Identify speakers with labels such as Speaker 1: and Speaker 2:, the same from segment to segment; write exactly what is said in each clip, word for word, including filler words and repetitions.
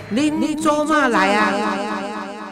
Speaker 1: 恁做嘛来啊？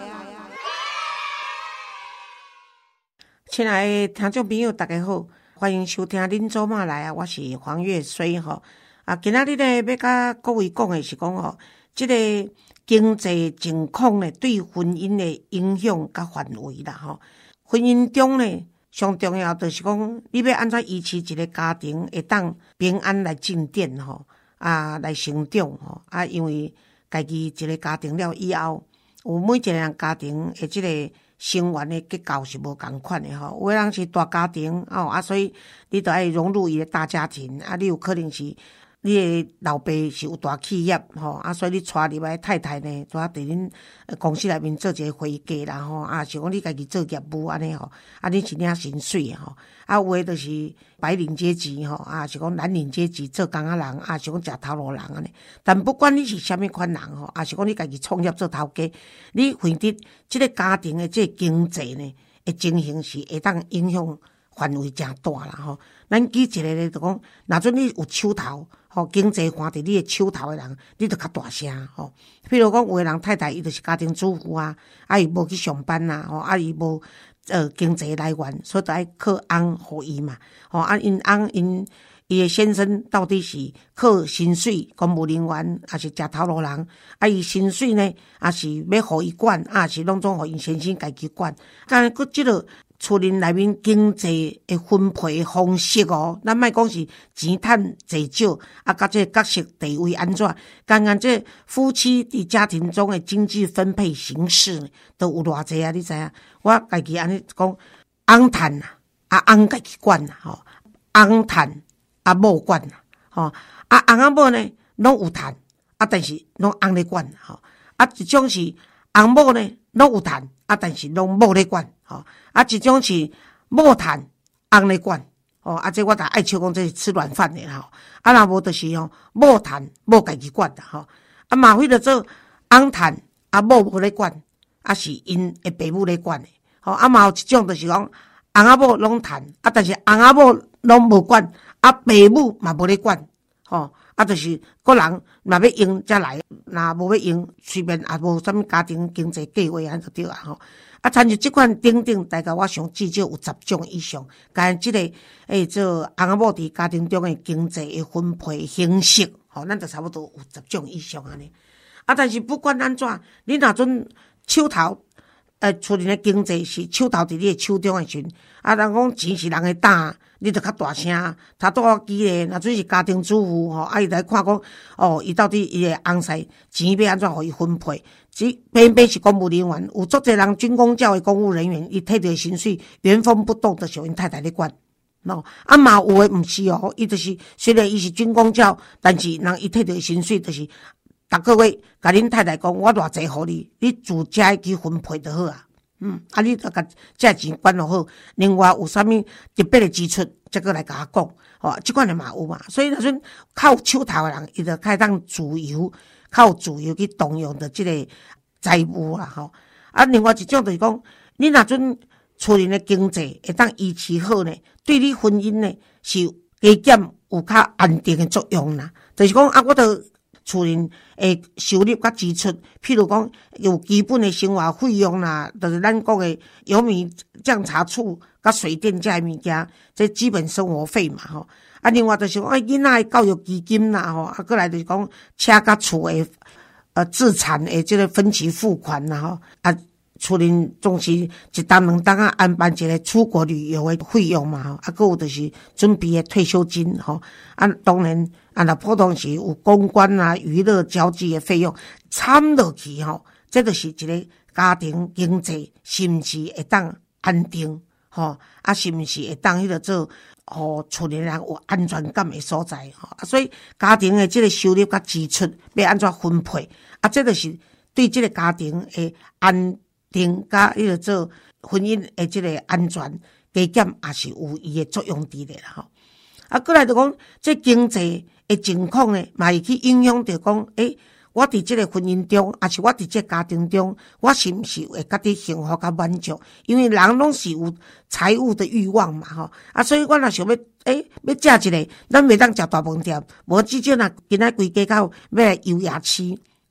Speaker 1: 亲爱的听众朋友，大家好，欢迎收听恁做嘛来啊！我是黄月水吼。啊，今仔日呢要甲各位讲的是讲吼，即、这个经济情况呢对婚姻的影响甲范围啦吼。婚姻中呢，上重要就是讲，你要安怎维持一个家庭会当平安来进展吼，啊来成长吼啊，因为家己一个家庭了以后，有每一个人家庭的即个成员的结构是无共款的吼。有的人是大家庭哦，啊，所以你都爱融入伊个大家庭啊。你有可能是你的老爸是有大企业吼啊，所以你带入来太太呢，就伫恁公司内面做一个会计啦吼啊，是讲你家己做业务安尼吼，啊，你是领薪水吼啊，有诶就是白领阶级吼啊，是讲蓝领阶级做工仔人啊，是讲食头路人安尼。但不管你是啥物款人吼，啊是讲你家己创业做头家，你会得即个家庭的即个经济呢，诶情形是会当影响范围真大啦吼。咱举一个咧，就讲，若准你有手头，吼，经济看伫你的手头的人，你就较大声吼。譬如讲，有的人太太伊就是家庭主妇啊，啊伊无去上班啦，吼，啊伊无呃经济来源，所以就爱靠翁互伊嘛，吼，啊因翁因伊的先生到底是靠薪水，公务人员，还是食头路人？啊伊薪水呢，也是要互伊管，啊是拢总互因先生家己管。当然，佮即个厝人内面经济的分配方式哦，咱莫讲是钱趁济少，啊，甲这角色地位安怎？刚刚这夫妻伫家庭中的经济分配形式都有偌济啊？你知影？我家己安尼讲，翁趁啊，啊翁家己管啦，吼，翁趁啊某管啦，吼，啊翁仔某呢拢有趁，啊但是拢翁咧管，吼，啊一种是翁某呢拢有趁，啊但是拢某咧管，吼。啊，一种是某趁翁咧管，哦，啊，这我著爱笑讲这是吃软饭的吼。啊，若无就是吼某趁某家己管啦，吼。啊，嘛为了做翁趁啊某无咧管，啊是因的爸母咧管的，吼。啊，嘛有一种就是讲翁仔某拢趁，啊，但是翁仔某拢无管，啊，爸母嘛无咧管，吼。啊，就是个人若要用才来，若无要用，随便也无啥物家庭经济计划安就对啊，吼。啊，参照即款顶顶，大概我想至少有十种以上。甲即个诶，做翁仔某伫家庭中诶经济诶分配形式，吼，咱就差不多有十种以上安尼。啊，但是不管安怎，你若准手头诶，厝里诶经济是手头伫你诶手中诶时阵，啊，人讲钱是人诶胆，你着较大声，他多机咧。若准是家庭主妇吼，啊，伊来看讲，哦，伊到底伊诶翁婿钱要安怎互伊分配？即偏偏是公务人员，有足侪人军公教的公务人员，伊摕着薪水原封不动的由因太太咧管，喏，啊嘛有诶毋是哦，伊就是虽然伊是军公教，但是人伊摕着薪水就是逐个月甲恁太太讲，我偌济互你，你自家去分配就好啊。嗯，啊你著甲这钱管落好，另外有啥物特别的支出，再过来甲我讲，哦，即款诶嘛有嘛，所以若阵靠手头诶人，伊著开当自由。靠自由去动用的即个财务啦，吼啊！另外一种就是讲，你若准厝人的经济会当维持好呢，对你婚姻呢是加减有较安定的作用啦。就是讲啊，我著厝人诶收入甲支出，譬如讲有基本的生活费用啦，就是咱讲的油米酱茶醋甲水电这物件，这基本生活费嘛，吼。啊，另外就是讲，哎，囡仔的教育基金啦，吼，啊，过来就是讲车甲厝的呃资产的这个分期付款啦，吼，啊，厝人总是一当两当啊安排一个出国旅游的费用嘛，吼，啊，还有就是准备的退休金，吼，啊，当然啊，若普通是有公关啊、娱乐交际的费用，掺落去吼，这就是一个家庭经济是毋是会当安定，吼，啊，是毋是会当迄个做。互厝里人有安全感的所在，吼，啊，所以家庭的这个收入甲支出要安怎分配，啊，这就是对这个家庭的安定甲迄个做婚姻的这个安全加减也是有伊的作用伫咧啦，吼。啊，过来就讲这经济的情况呢，嘛会去影响着讲，诶、欸。我伫这个婚姻中，还是我伫这个家庭中，我是毋是会觉得幸福甲满足？因为人拢是有财务的欲望嘛，吼啊，所以我若想要，诶、欸，要食一个，咱袂当食大饭店，无至少若今仔规家口要来游夜市，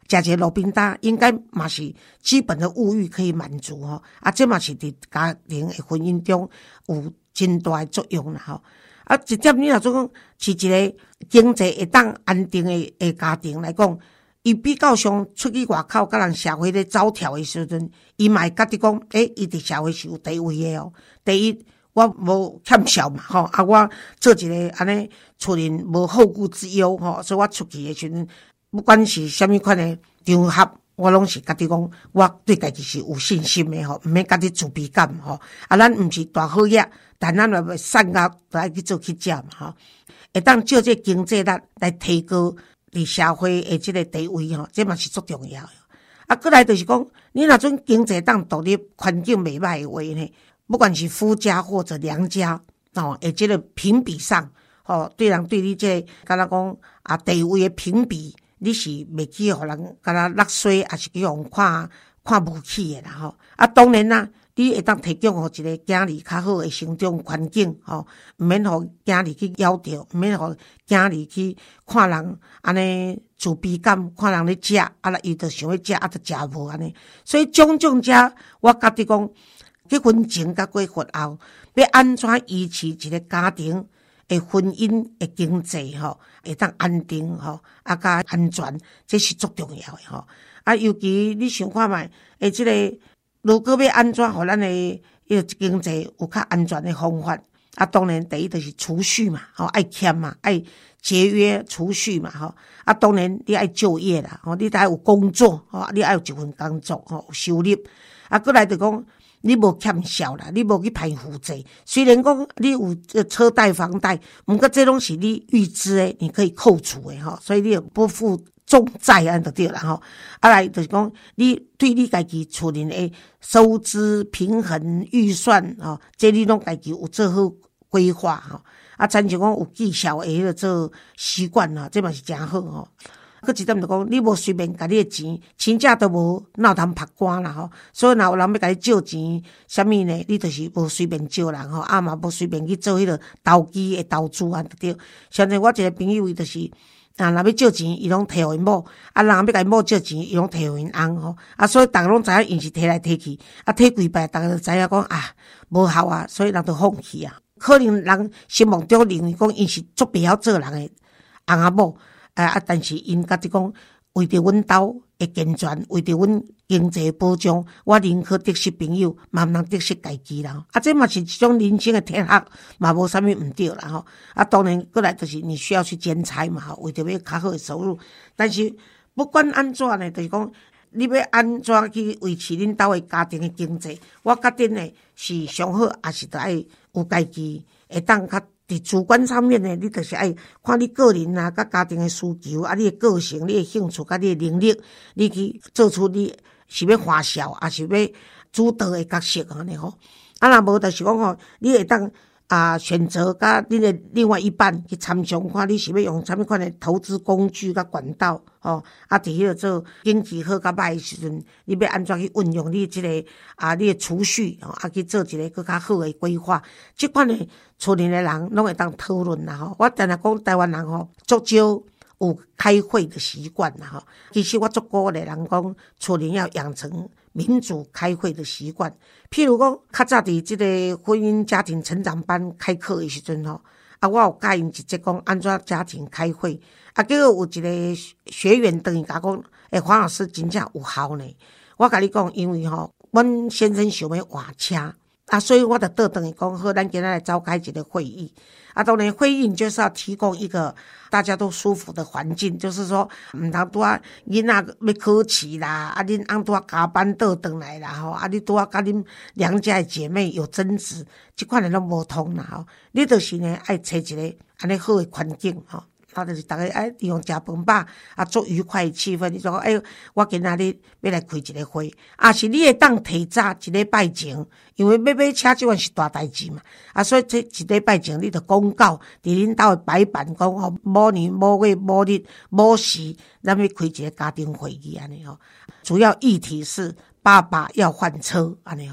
Speaker 1: 食一个路边摊，应该嘛是基本的物欲可以满足吼，啊，这嘛是伫家庭的婚姻中有真大的作用啦吼。啊，一点你若做讲是一个经济会当安定的的家庭来讲，伊比较上出去外口甲人社会咧走跳的时阵，伊嘛会觉得讲，诶、欸，伊伫社会是有地位的哦。第一，我无欠孝嘛，吼，啊，我做一个安尼厝人无后顾之忧吼，所以我出去的时阵，不管是虾米款的场合，我拢是家己讲，我对家己是有信心的吼，毋免家己自卑感吼。啊，咱毋是大好业，但咱也要善业来去做去食嘛吼，会当借这经济力来提高伫社会的这个地位吼，这嘛是足重要的。啊，过来就是讲，你若阵经济当独立，环境袂歹的话呢，不管是夫家或者娘家哦，诶，这个评比上吼，对人对你这个敢若讲啊地位的评比，你是袂去互人敢若落水，还是去互人看看不起的啦吼。啊，当然啦，你会当提供互一个囝儿较好的成长环境吼，毋免互囝儿去夭折，毋免互囝儿去看人安尼自卑感，看人咧食，啊啦伊就想要食，啊就食无安尼。所以种种遮，我觉得讲结婚前甲过婚后，要安怎维持一个家庭的婚姻的经济吼，会当安定吼，啊甲安全，这是足重要的吼。啊，尤其你想看觅，诶，即个如果要安怎互咱的迄个经济有较安全的方法，啊，当然第一就是储蓄嘛，吼，爱欠嘛，爱节约储蓄嘛，吼，啊，当然你爱就业啦，吼，你得有工作，吼，你爱有一份工作，吼，有收入，啊，过来就讲。你无欠孝啦，你无去排负债。虽然讲你有车贷、房贷，毋过这拢是你预支的，你可以扣除的吼，所以你不负重债安就对啦吼。啊来就是讲，你对你家己厝人的收支平衡预算吼，这你拢家己有做好规划吼。啊，亲像讲有绩效的迄个做习惯啦，这嘛是真好吼。搁一点就讲，你无随便甲你的钱，真正都无闹通拍光啦吼。所以若有人要甲你借钱，啥物呢？你就是无随便借人吼，啊嘛无随便去做迄个投机的投资啊，对。像像我一个朋友，伊就是啊，若要借钱，伊拢摕互因某；啊，人要甲因某借钱，伊拢摕互因翁吼。啊，所以逐个拢知影，因是摕来摕去，啊，摕几摆，逐个就知影讲啊，无效啊，所以人就放弃啊。可能人心目中认为讲，因是足袂晓做人的翁仔某。啊啊！但是因家己讲，为着阮兜的健全，为着阮经济保障，我宁可得失朋友，嘛毋通得失家己啦。啊，这嘛是一种人生的天学，嘛无啥物毋对啦吼。啊，当然过来就是你需要去兼差嘛吼，为着要较好的收入。但是不管安怎呢，就是讲你要安怎去维持恁兜的家庭的经济，我觉得呢是上好，也是得爱有家己会当较。伫主观上面呢，你就是爱看你个人啊，甲家庭的需求啊，你的个性、你的兴趣、甲你的能力，你去做出你是要花销，还是要主导的角色安尼吼。啊，若无就是讲吼，你会当啊选择甲你的另外一半去参详，看你是要用啥物款的投资工具甲管道吼。啊，伫迄个做经济好甲歹的时阵，你要安怎去运用你即、这个啊你的储蓄啊去做一个更较好的规划，即款的。厝里的人拢会当讨论啦吼，我定定讲台湾人吼，足少有开会的习惯啦吼。其实我足鼓励人讲，厝里要养成民主开会的习惯。譬如讲，较早伫即个婚姻家庭成长班开课的时阵吼，啊，我有教因一节讲安怎家庭开会，啊，结果有一个学员等于甲讲，诶，黄老师真正有效呢。我甲你讲，因为吼，阮先生想要换车。啊，所以我就倒转去讲，好，咱今仔来召开一个会议。啊，当然会议就是要提供一个大家都舒服的环境，就是说，毋通拄啊囡仔要考试啦，啊，恁翁拄啊加班倒转来啦吼，啊，你拄啊甲恁娘家的姐妹有争执，即款的拢无通啦吼。你就是呢，爱找一个安尼好的环境吼。啊，就是大家爱利用食饭饱，啊，做愉快的气氛。你说，哎，我今仔日要来开一个会，啊，是你会当提早一礼拜前，因为要买车即款是大代志嘛，啊，所以这一礼拜前你就公告伫恁兜的白板讲吼，某年某月某日某时，咱要开一个家庭会议安尼吼。主要议题是爸爸要换车安尼吼。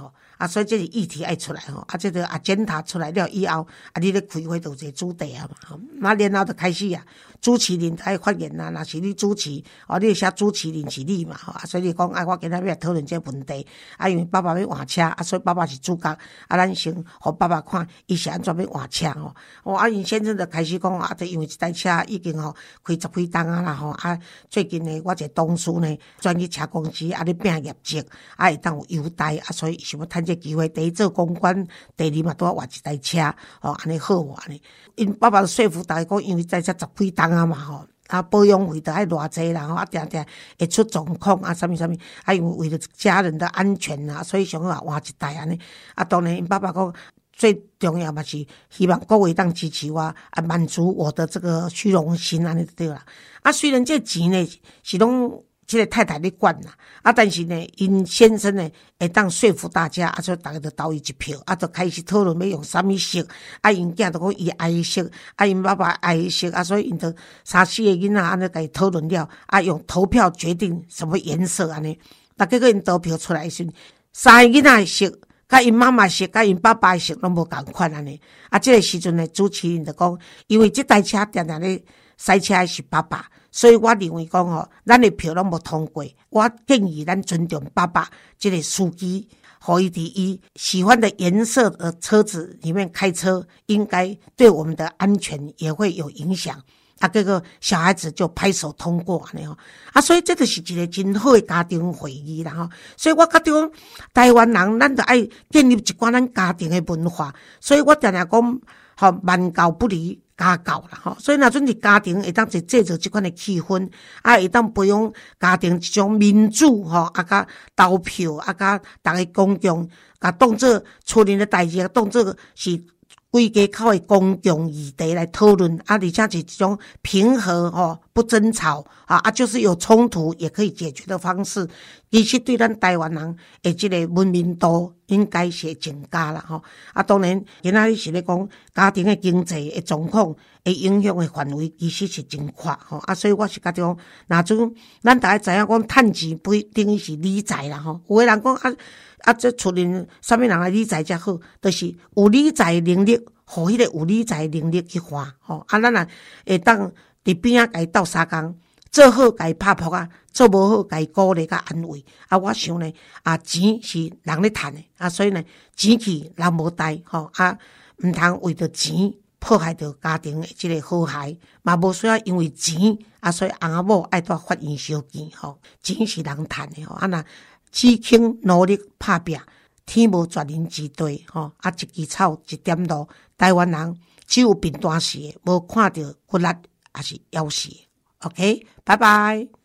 Speaker 1: 啊，所以这是议题爱出来吼，啊，这个啊检讨出来了以后，啊，你咧开会就有一个主题啊嘛，吼，那然后就开始啊，主持人爱发言啊，若是你主持，哦，你写主持人是你嘛，吼，啊，所以你讲啊，我今仔要讨论这个问题，啊，因为爸爸要换车，啊，所以爸爸是主角，啊，咱先互爸爸看，伊是安怎要换车吼，哦，啊，因先生就开始讲啊，就因为这台车已经吼开十几档啊啦吼，啊，最近呢，我一个同事呢，转去车公司啊，咧拼业绩，啊，会当有优待，啊，所以想要趁这机会，第一做公关，第二嘛拄啊换一台车，哦，安尼好无安尼？因爸爸说服大家讲，因为在这十几档啊嘛吼，啊保养费都爱偌济啦吼，啊定定会出状况啊，啥物啥物，啊因为为了家人的安全啊，所以想要换一台安尼。啊当然因爸爸讲最重要嘛是希望各位当支持我，啊满足我的这个虚荣心安尼就对啦。啊虽然这钱呢是拢这个太太咧管啦，啊，但是呢，因先生呢会当说服大家，啊，所以大家就投伊一票，啊，就开始讨论要用啥物色，啊，因囝就讲伊爱色，啊，因爸爸爱色，啊，所以因就三四个囡仔安尼甲伊讨论了，啊，用投票决定什么颜色安尼，啊，结果因投票出来时，三个囡仔的色，甲因妈妈色，甲因爸爸的色拢无共款安尼，啊，这个时阵呢，主持人就讲，因为这台车定定咧赛车的是爸爸。所以我认为讲吼，咱的票拢无通过。我建议咱尊重爸爸这个司机，互伊伫伊喜欢的颜色的车子里面开车，应该对我们的安全也会有影响。啊，这个小孩子就拍手通过安尼吼。啊，所以这就是一个真好的家庭会议啦吼。所以我觉得讲台湾人，咱就爱建立一寡咱家庭的文化。所以我常常讲，吼万教不离家教啦吼，所以若阵是家庭会当制造即款的气氛，啊会当培养家庭一种民主吼，啊甲投票，啊甲逐个公共，甲当做厝里的代志，当做是规家口的公共议题来讨论，啊而且是一种平和吼，不争吵啊，啊就是有冲突也可以解决的方式。其实对咱台湾人的这个文明度应该是增加啦吼。啊，当然今仔日是咧讲家庭的经济的状况会影响的范围其实是真宽吼。啊，所以我是觉得讲，若阵咱大家知影讲趁钱不等于是理财啦吼。有的人讲啊啊，这厝里啥物人来理财才好，就是有理财能力，互迄个有理财能力去花吼。啊，咱啊会当伫边仔甲伊斗相共。做好甲伊拍扑啊，做无好甲伊鼓励甲安慰。啊，我想呢，啊钱是人咧趁的，啊所以呢，钱去人无带吼，啊毋通为着钱破坏着家庭的即个和谐，嘛无需要因为钱啊，所以翁仔某爱带发现烧钱吼。钱是人趁的吼，啊若只肯努力拍拼，天无绝人之地吼。啊一枝草一点露，台湾人只有贫惰时，无看到骨力也是枵死。OK， 拜拜。